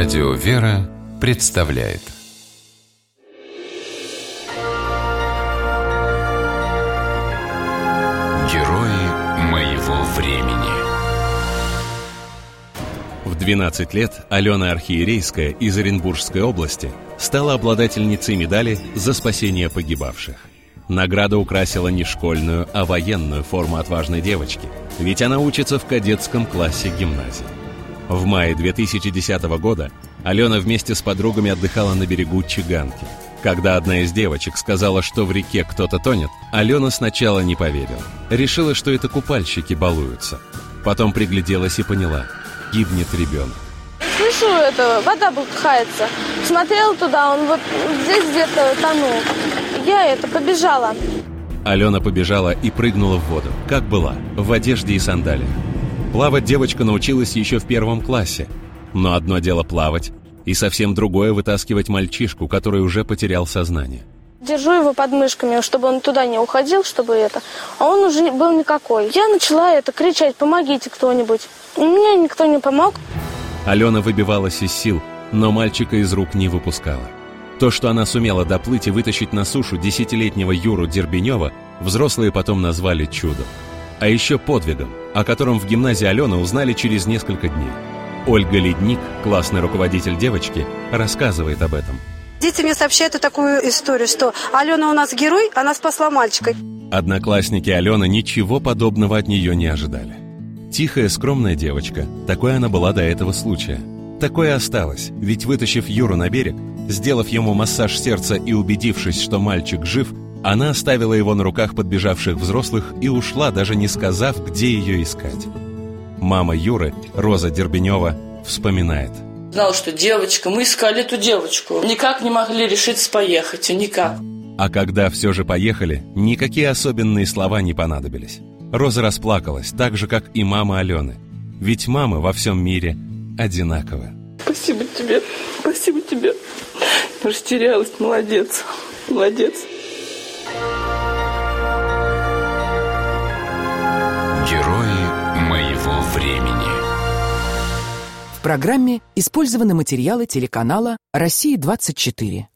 Радио «Вера» представляет Герои моего времени. В 12 лет Алена Архиерейская из Оренбургской области стала обладательницей медали за спасение погибавших. Награда украсила не школьную, а военную форму отважной девочки, ведь она учится в кадетском классе гимназии. В мае 2010 года Алена вместе с подругами отдыхала на берегу Чиганки. Когда одна из девочек сказала, что в реке кто-то тонет, Алена сначала не поверила. Решила, что это купальщики балуются. Потом пригляделась и поняла – гибнет ребенок. Слышу, вода бултыхается. Смотрела туда, он вот здесь где-то тонул. Я побежала. Алена побежала и прыгнула в воду, как была, в одежде и сандалиях. Плавать девочка научилась еще в 1 классе. Но одно дело плавать, и совсем другое вытаскивать мальчишку, который уже потерял сознание. Держу его под мышками, чтобы он туда не уходил, а он уже был никакой. Я начала кричать: «Помогите кто-нибудь!» Мне никто не помог. Алена выбивалась из сил, но мальчика из рук не выпускала. То, что она сумела доплыть и вытащить на сушу 10-летнего Юру Дербенева, взрослые потом назвали чудом. А еще подвигом, о котором в гимназии Алены узнали через несколько дней. Ольга Ледник, классный руководитель девочки, рассказывает об этом. Дети мне сообщают такую историю, что Алена у нас герой, она спасла мальчика. Одноклассники Алены ничего подобного от нее не ожидали. Тихая, скромная девочка, такой она была до этого случая. Такое осталось, ведь вытащив Юру на берег, сделав ему массаж сердца и убедившись, что мальчик жив, она оставила его на руках подбежавших взрослых и ушла, даже не сказав, где ее искать. Мама Юры, Роза Дербенева, вспоминает. Знала, что девочка, мы искали эту девочку. Никак не могли решиться поехать, никак. А когда все же поехали, никакие особенные слова не понадобились. Роза расплакалась, так же, как и мама Алены. Ведь мамы во всем мире одинаковы. Спасибо тебе, спасибо тебе. Растерялась, молодец, молодец. Герои моего времени. В программе использованы материалы телеканала «Россия-24».